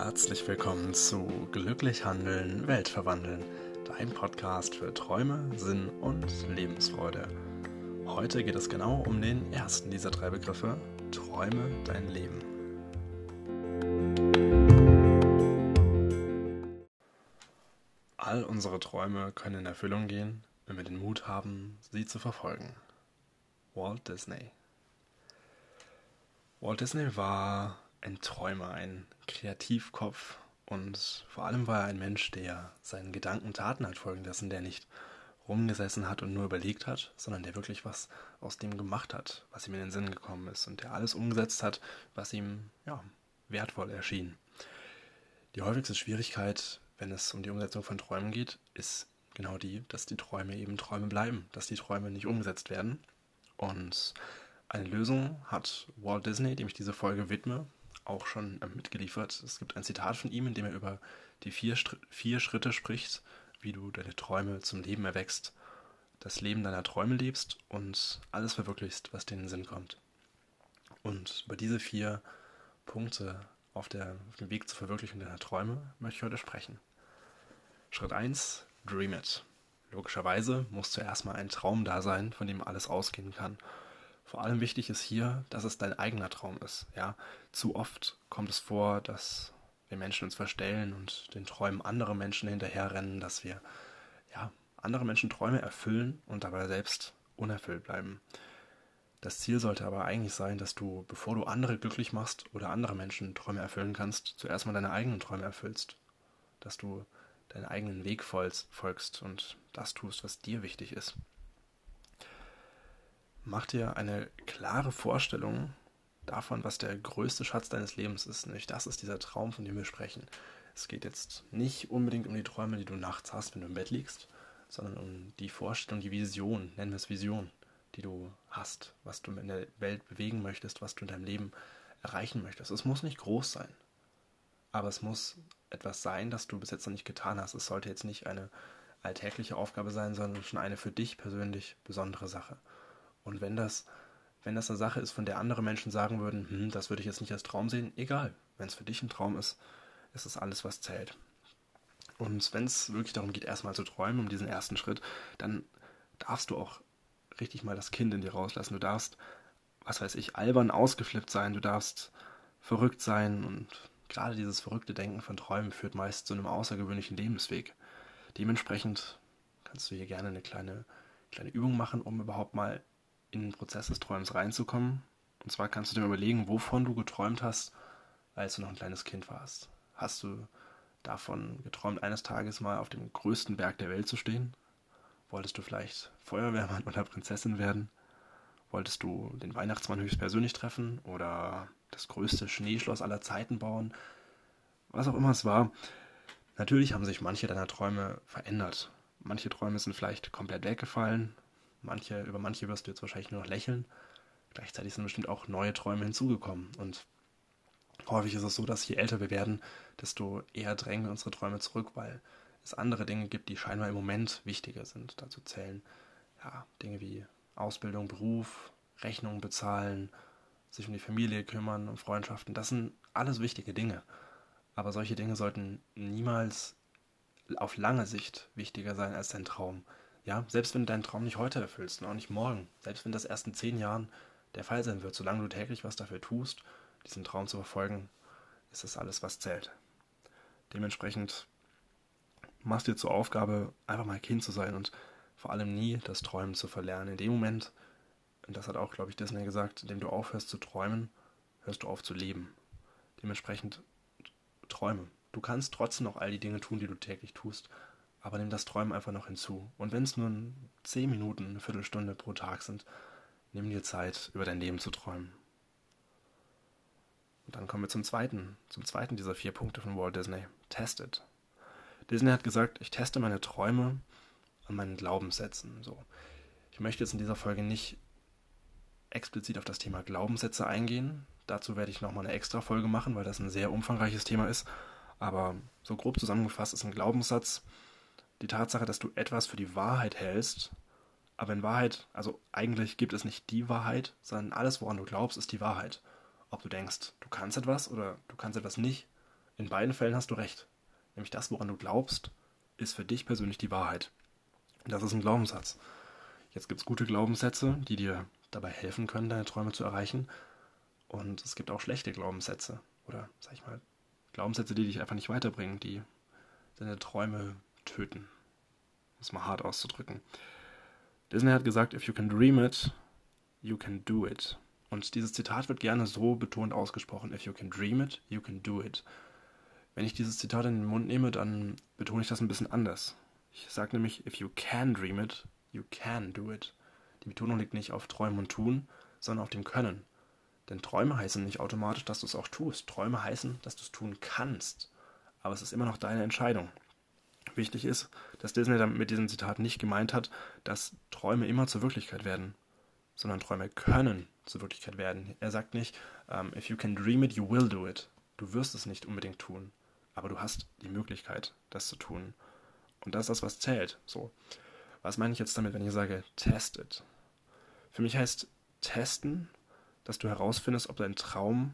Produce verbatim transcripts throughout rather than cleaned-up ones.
Herzlich willkommen zu Glücklich Handeln, Welt verwandeln, dein Podcast für Träume, Sinn und Lebensfreude. Heute geht es genau um den ersten dieser drei Begriffe: Träume dein Leben. All unsere Träume können in Erfüllung gehen, wenn wir den Mut haben, sie zu verfolgen. Walt Disney. Walt Disney war ein Träumer, ein Kreativkopf und vor allem war er ein Mensch, der seinen Gedanken Taten hat folgen lassen, der nicht rumgesessen hat und nur überlegt hat, sondern der wirklich was aus dem gemacht hat, was ihm in den Sinn gekommen ist und der alles umgesetzt hat, was ihm ja, wertvoll erschien. Die häufigste Schwierigkeit, wenn es um die Umsetzung von Träumen geht, ist genau die, dass die Träume eben Träume bleiben, dass die Träume nicht umgesetzt werden. Und eine Lösung hat Walt Disney, dem ich diese Folge widme, auch schon mitgeliefert. Es gibt ein Zitat von ihm, in dem er über die vier, vier Schritte spricht, wie du deine Träume zum Leben erwächst, das Leben deiner Träume lebst und alles verwirklichst, was dir in den Sinn kommt. Und über diese vier Punkte auf, der, auf dem Weg zur Verwirklichung deiner Träume möchte ich heute sprechen. Schritt eins, Dream it. Logischerweise muss zuerst mal ein Traum da sein, von dem alles ausgehen kann. Vor allem wichtig ist hier, dass es dein eigener Traum ist. Ja? Zu oft kommt es vor, dass wir Menschen uns verstellen und den Träumen anderer Menschen hinterherrennen, dass wir ja, andere Menschen Träume erfüllen und dabei selbst unerfüllt bleiben. Das Ziel sollte aber eigentlich sein, dass du, bevor du andere glücklich machst oder andere Menschen Träume erfüllen kannst, zuerst mal deine eigenen Träume erfüllst. Dass du deinen eigenen Weg folgst und das tust, was dir wichtig ist. Mach dir eine klare Vorstellung davon, was der größte Schatz deines Lebens ist. Nämlich das ist dieser Traum, von dem wir sprechen. Es geht jetzt nicht unbedingt um die Träume, die du nachts hast, wenn du im Bett liegst, sondern um die Vorstellung, die Vision, nennen wir es Vision, die du hast, was du in der Welt bewegen möchtest, was du in deinem Leben erreichen möchtest. Es muss nicht groß sein, aber es muss etwas sein, das du bis jetzt noch nicht getan hast. Es sollte jetzt nicht eine alltägliche Aufgabe sein, sondern schon eine für dich persönlich besondere Sache. Und wenn das, wenn das eine Sache ist, von der andere Menschen sagen würden, hm, das würde ich jetzt nicht als Traum sehen, egal. Wenn es für dich ein Traum ist, ist es alles, was zählt. Und wenn es wirklich darum geht, erstmal zu träumen, um diesen ersten Schritt, dann darfst du auch richtig mal das Kind in dir rauslassen. Du darfst, was weiß ich, albern ausgeflippt sein, du darfst verrückt sein und gerade dieses verrückte Denken von Träumen führt meist zu einem außergewöhnlichen Lebensweg. Dementsprechend kannst du hier gerne eine kleine, kleine Übung machen, um überhaupt mal in den Prozess des Träumens reinzukommen. Und zwar kannst du dir überlegen, wovon du geträumt hast, als du noch ein kleines Kind warst. Hast du davon geträumt, eines Tages mal auf dem größten Berg der Welt zu stehen? Wolltest du vielleicht Feuerwehrmann oder Prinzessin werden? Wolltest du den Weihnachtsmann höchstpersönlich treffen oder das größte Schneeschloss aller Zeiten bauen? Was auch immer es war. Natürlich haben sich manche deiner Träume verändert. Manche Träume sind vielleicht komplett weggefallen. Manche, über manche wirst du jetzt wahrscheinlich nur noch lächeln. Gleichzeitig sind bestimmt auch neue Träume hinzugekommen. Und häufig ist es so, dass je älter wir werden, desto eher drängen wir unsere Träume zurück, weil es andere Dinge gibt, die scheinbar im Moment wichtiger sind. Dazu zählen ja, Dinge wie Ausbildung, Beruf, Rechnungen bezahlen, sich um die Familie kümmern, um Freundschaften. Das sind alles wichtige Dinge. Aber solche Dinge sollten niemals auf lange Sicht wichtiger sein als dein Traum. Ja, selbst wenn du deinen Traum nicht heute erfüllst und auch nicht morgen, selbst wenn das erst in zehn Jahren der Fall sein wird, solange du täglich was dafür tust, diesen Traum zu verfolgen, ist das alles, was zählt. Dementsprechend machst du dir zur Aufgabe, einfach mal Kind zu sein und vor allem nie das Träumen zu verlernen. In dem Moment, und das hat auch, glaube ich, Disney gesagt, in dem du aufhörst zu träumen, hörst du auf zu leben. Dementsprechend träume. Du kannst trotzdem noch all die Dinge tun, die du täglich tust, aber nimm das Träumen einfach noch hinzu. Und wenn es nur zehn Minuten, eine Viertelstunde pro Tag sind, nimm dir Zeit, über dein Leben zu träumen. Und dann kommen wir zum zweiten, zum zweiten dieser vier Punkte von Walt Disney. Test it. Disney hat gesagt, ich teste meine Träume an meinen Glaubenssätzen. So. Ich möchte jetzt in dieser Folge nicht explizit auf das Thema Glaubenssätze eingehen. Dazu werde ich nochmal eine extra Folge machen, weil das ein sehr umfangreiches Thema ist. Aber so grob zusammengefasst ist ein Glaubenssatz die Tatsache, dass du etwas für die Wahrheit hältst. Aber in Wahrheit, also eigentlich gibt es nicht die Wahrheit, sondern alles, woran du glaubst, ist die Wahrheit. Ob du denkst, du kannst etwas oder du kannst etwas nicht, in beiden Fällen hast du recht. Nämlich das, woran du glaubst, ist für dich persönlich die Wahrheit. Das ist ein Glaubenssatz. Jetzt gibt es gute Glaubenssätze, die dir dabei helfen können, deine Träume zu erreichen. Und es gibt auch schlechte Glaubenssätze. Oder, sag ich mal, Glaubenssätze, die dich einfach nicht weiterbringen, die deine Träume töten. Um es mal hart auszudrücken. Disney hat gesagt, if you can dream it, you can do it. Und dieses Zitat wird gerne so betont ausgesprochen. If you can dream it, you can do it. Wenn ich dieses Zitat in den Mund nehme, dann betone ich das ein bisschen anders. Ich sage nämlich, if you can dream it, you can do it. Die Betonung liegt nicht auf Träumen und Tun, sondern auf dem Können. Denn Träume heißen nicht automatisch, dass du es auch tust. Träume heißen, dass du es tun kannst. Aber es ist immer noch deine Entscheidung. Wichtig ist, dass Disney damit mit diesem Zitat nicht gemeint hat, dass Träume immer zur Wirklichkeit werden, sondern Träume können zur Wirklichkeit werden. Er sagt nicht, um, if you can dream it, you will do it. Du wirst es nicht unbedingt tun, aber du hast die Möglichkeit, das zu tun. Und das ist das, was zählt. So. Was meine ich jetzt damit, wenn ich sage, test it? Für mich heißt testen, dass du herausfindest, ob dein Traum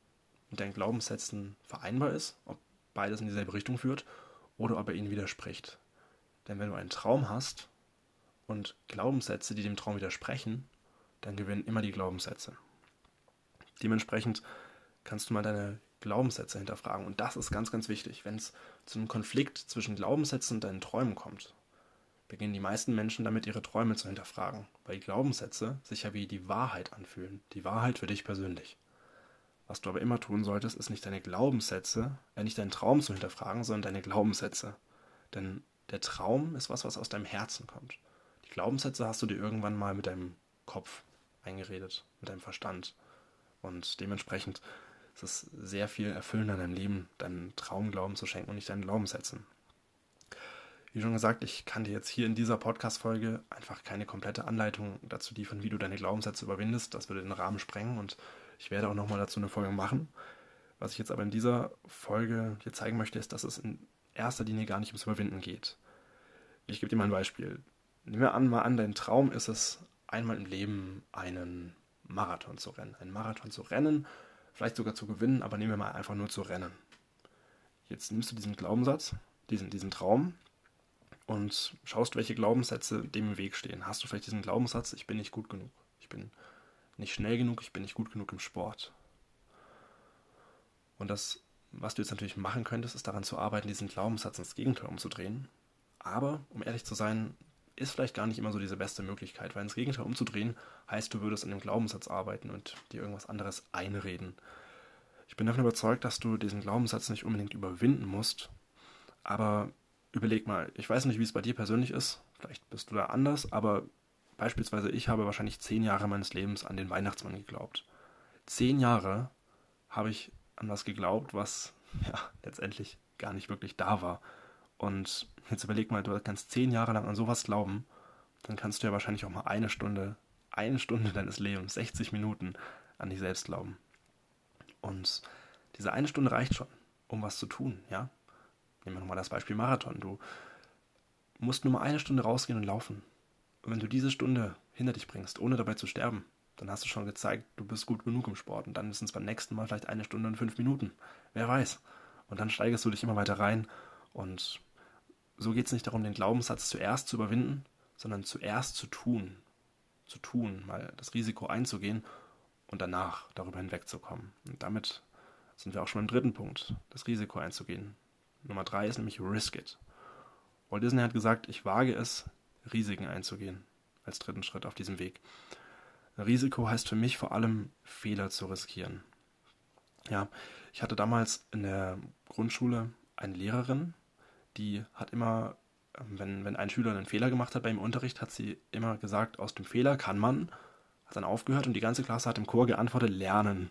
mit deinen Glaubenssätzen vereinbar ist, ob beides in dieselbe Richtung führt oder ob er ihnen widerspricht. Denn wenn du einen Traum hast und Glaubenssätze, die dem Traum widersprechen, dann gewinnen immer die Glaubenssätze. Dementsprechend kannst du mal deine Glaubenssätze hinterfragen. Und das ist ganz, ganz wichtig. Wenn es zu einem Konflikt zwischen Glaubenssätzen und deinen Träumen kommt, beginnen die meisten Menschen damit, ihre Träume zu hinterfragen, weil die Glaubenssätze sich ja wie die Wahrheit anfühlen. Die Wahrheit für dich persönlich. Was du aber immer tun solltest, ist nicht deine Glaubenssätze, äh nicht deinen Traum zu hinterfragen, sondern deine Glaubenssätze. Denn der Traum ist was, was aus deinem Herzen kommt. Die Glaubenssätze hast du dir irgendwann mal mit deinem Kopf eingeredet, mit deinem Verstand. Und dementsprechend ist es sehr viel erfüllender in deinem Leben, deinen Traumglauben zu schenken und nicht deinen Glaubenssätzen. Wie schon gesagt, ich kann dir jetzt hier in dieser Podcast-Folge einfach keine komplette Anleitung dazu liefern, wie du deine Glaubenssätze überwindest. Das würde den Rahmen sprengen und ich werde auch nochmal dazu eine Folge machen. Was ich jetzt aber in dieser Folge dir zeigen möchte, ist, dass es in erster Linie gar nicht ums Überwinden geht. Ich gebe dir mal ein Beispiel. Nehmen wir an, mal an, dein Traum ist es, einmal im Leben einen Marathon zu rennen. Einen Marathon zu rennen, vielleicht sogar zu gewinnen, aber nehmen wir mal einfach nur zu rennen. Jetzt nimmst du diesen Glaubenssatz, diesen, diesen Traum und schaust, welche Glaubenssätze dem im Weg stehen. Hast du vielleicht diesen Glaubenssatz, ich bin nicht gut genug, ich bin nicht schnell genug, ich bin nicht gut genug im Sport. Und das, was du jetzt natürlich machen könntest, ist daran zu arbeiten, diesen Glaubenssatz ins Gegenteil umzudrehen. Aber, um ehrlich zu sein, ist vielleicht gar nicht immer so diese beste Möglichkeit, weil ins Gegenteil umzudrehen heißt, du würdest an dem Glaubenssatz arbeiten und dir irgendwas anderes einreden. Ich bin davon überzeugt, dass du diesen Glaubenssatz nicht unbedingt überwinden musst, aber überleg mal, ich weiß nicht, wie es bei dir persönlich ist, vielleicht bist du da anders, aber beispielsweise ich habe wahrscheinlich zehn Jahre meines Lebens an den Weihnachtsmann geglaubt. Zehn Jahre habe ich an was geglaubt, was ja letztendlich gar nicht wirklich da war. Und jetzt überleg mal, du kannst zehn Jahre lang an sowas glauben, dann kannst du ja wahrscheinlich auch mal eine Stunde, eine Stunde deines Lebens, sechzig Minuten an dich selbst glauben. Und diese eine Stunde reicht schon, um was zu tun, ja? Nehmen wir nochmal das Beispiel Marathon. Du musst nur mal eine Stunde rausgehen und laufen. Und wenn du diese Stunde hinter dich bringst, ohne dabei zu sterben, dann hast du schon gezeigt, du bist gut genug im Sport. Und dann sind es beim nächsten Mal vielleicht eine Stunde und fünf Minuten. Wer weiß. Und dann steigerst du dich immer weiter rein. Und so geht es nicht darum, den Glaubenssatz zuerst zu überwinden, sondern zuerst zu tun. Zu tun, mal das Risiko einzugehen und danach darüber hinwegzukommen. Und damit sind wir auch schon beim dritten Punkt, das Risiko einzugehen. Nummer drei ist nämlich Risk It. Walt Disney hat gesagt, ich wage es, Risiken einzugehen, als dritten Schritt auf diesem Weg. Risiko heißt für mich vor allem, Fehler zu riskieren. Ja, ich hatte damals in der Grundschule eine Lehrerin, die hat immer, wenn, wenn ein Schüler einen Fehler gemacht hat beim Unterricht, hat sie immer gesagt, aus dem Fehler kann man, hat dann aufgehört und die ganze Klasse hat im Chor geantwortet, lernen.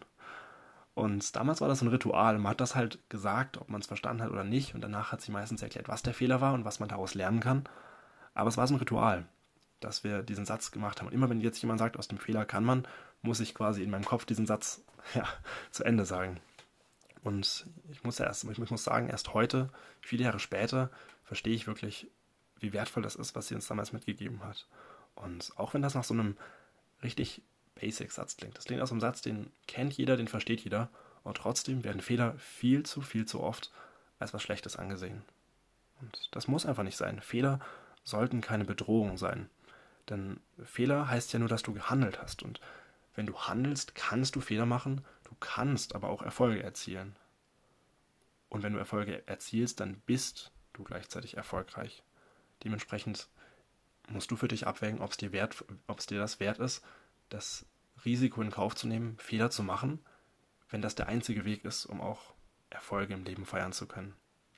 Und damals war das ein Ritual. Man hat das halt gesagt, ob man es verstanden hat oder nicht. Und danach hat sie meistens erklärt, was der Fehler war und was man daraus lernen kann. Aber es war so ein Ritual, dass wir diesen Satz gemacht haben. Und immer wenn jetzt jemand sagt, aus dem Fehler kann man, muss ich quasi in meinem Kopf diesen Satz ja, zu Ende sagen. Und ich muss, erst, ich muss sagen, erst heute, viele Jahre später, verstehe ich wirklich, wie wertvoll das ist, was sie uns damals mitgegeben hat. Und auch wenn das nach so einem richtig Basic-Satz klingt. Das klingt aus einem Satz, den kennt jeder, den versteht jeder. Aber trotzdem werden Fehler viel zu, viel zu oft als was Schlechtes angesehen. Und das muss einfach nicht sein. Fehler sollten keine Bedrohung sein. Denn Fehler heißt ja nur, dass du gehandelt hast. Und wenn du handelst, kannst du Fehler machen, du kannst aber auch Erfolge erzielen. Und wenn du Erfolge erzielst, dann bist du gleichzeitig erfolgreich. Dementsprechend musst du für dich abwägen, ob es dir wert, ob es dir das wert ist, das Risiko in Kauf zu nehmen, Fehler zu machen, wenn das der einzige Weg ist, um auch Erfolge im Leben feiern zu können.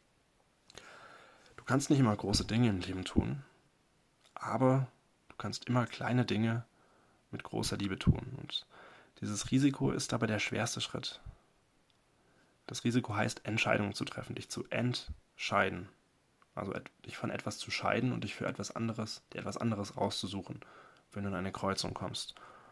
Du kannst nicht immer große Dinge im Leben tun, aber du kannst immer kleine Dinge mit großer Liebe tun. Und dieses Risiko ist dabei der schwerste Schritt. Das Risiko heißt, Entscheidungen zu treffen, dich zu entscheiden. Also dich von etwas zu scheiden und dich für etwas anderes, dir etwas anderes rauszusuchen, wenn du in eine Kreuzung kommst.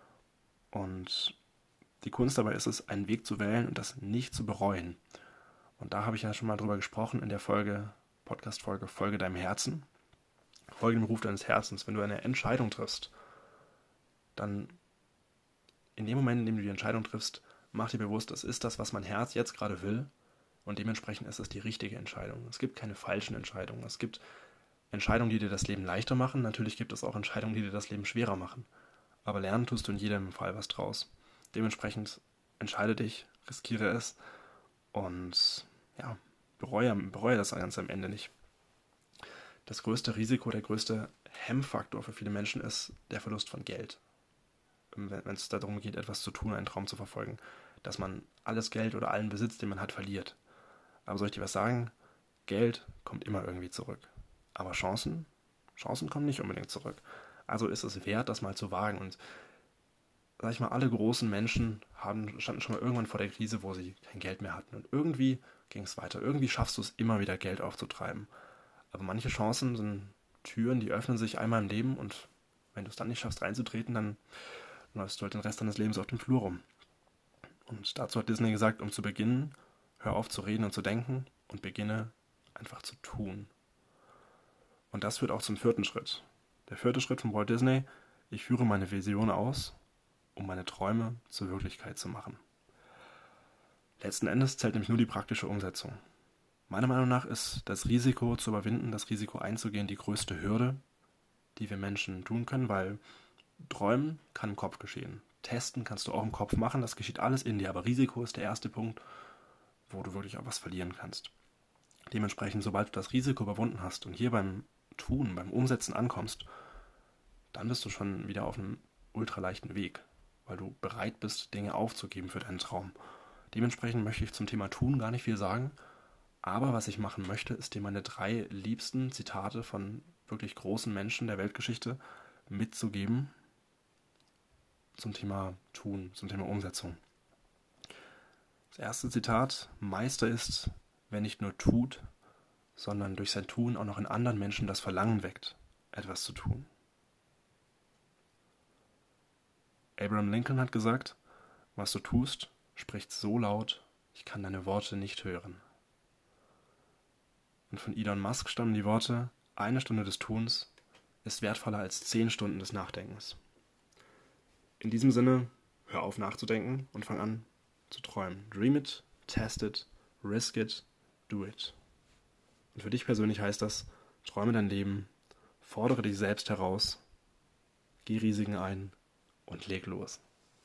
Und die Kunst dabei ist es, einen Weg zu wählen und das nicht zu bereuen. Und da habe ich ja schon mal drüber gesprochen in der Folge, Podcast-Folge, Folge deinem Herzen. Folge dem Ruf deines Herzens. Wenn du eine Entscheidung triffst, dann in dem Moment, in dem du die Entscheidung triffst, mach dir bewusst, das ist das, was mein Herz jetzt gerade will. Und dementsprechend ist es die richtige Entscheidung. Es gibt keine falschen Entscheidungen. Es gibt Entscheidungen, die dir das Leben leichter machen. Natürlich gibt es auch Entscheidungen, die dir das Leben schwerer machen. Aber lernen tust du in jedem Fall was draus. Dementsprechend entscheide dich, riskiere es und ja, bereue, bereue das Ganze am Ende nicht. Das größte Risiko, der größte Hemmfaktor für viele Menschen ist der Verlust von Geld. Wenn es darum geht, etwas zu tun, einen Traum zu verfolgen, dass man alles Geld oder allen Besitz, den man hat, verliert. Aber soll ich dir was sagen? Geld kommt immer irgendwie zurück. Aber Chancen? Chancen kommen nicht unbedingt zurück. Also ist es wert, das mal zu wagen. Und sag ich mal, alle großen Menschen haben, standen schon mal irgendwann vor der Krise, wo sie kein Geld mehr hatten. Und irgendwie ging es weiter. Irgendwie schaffst du es immer wieder, Geld aufzutreiben. Aber manche Chancen sind Türen, die öffnen sich einmal im Leben und wenn du es dann nicht schaffst reinzutreten, dann läufst du halt den Rest deines Lebens auf dem Flur rum. Und dazu hat Disney gesagt, um zu beginnen, hör auf zu reden und zu denken und beginne einfach zu tun. Und das führt auch zum vierten Schritt. Der vierte Schritt von Walt Disney: Ich führe meine Vision aus, um meine Träume zur Wirklichkeit zu machen. Letzten Endes zählt nämlich nur die praktische Umsetzung. Meiner Meinung nach ist das Risiko zu überwinden, das Risiko einzugehen, die größte Hürde, die wir Menschen tun können, weil Träumen kann im Kopf geschehen. Testen kannst du auch im Kopf machen, das geschieht alles in dir, aber Risiko ist der erste Punkt, wo du wirklich auch was verlieren kannst. Dementsprechend, sobald du das Risiko überwunden hast und hier beim Tun, beim Umsetzen ankommst, dann bist du schon wieder auf einem ultraleichten Weg, weil du bereit bist, Dinge aufzugeben für deinen Traum. Dementsprechend möchte ich zum Thema Tun gar nicht viel sagen, aber was ich machen möchte, ist dir meine drei liebsten Zitate von wirklich großen Menschen der Weltgeschichte mitzugeben zum Thema Tun, zum Thema Umsetzung. Das erste Zitat: Meister ist, wer nicht nur tut, sondern durch sein Tun auch noch in anderen Menschen das Verlangen weckt, etwas zu tun. Abraham Lincoln hat gesagt: Was du tust, spricht so laut, ich kann deine Worte nicht hören. Und von Elon Musk stammen die Worte: Eine Stunde des Tuns ist wertvoller als zehn Stunden des Nachdenkens. In diesem Sinne, hör auf nachzudenken und fang an zu träumen. Dream it, test it, risk it, do it. Und für dich persönlich heißt das: Träume dein Leben, fordere dich selbst heraus, geh Risiken ein und leg los.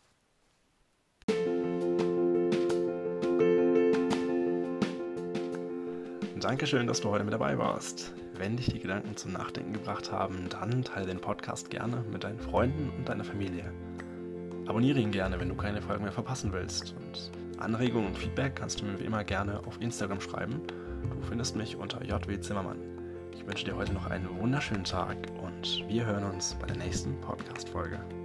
Dankeschön, dass du heute mit dabei warst. Wenn dich die Gedanken zum Nachdenken gebracht haben, dann teile den Podcast gerne mit deinen Freunden und deiner Familie. Abonniere ihn gerne, wenn du keine Folgen mehr verpassen willst. Und Anregungen und Feedback kannst du mir wie immer gerne auf Instagram schreiben. Du findest mich unter J W Zimmermann. Ich wünsche dir heute noch einen wunderschönen Tag und wir hören uns bei der nächsten Podcast-Folge.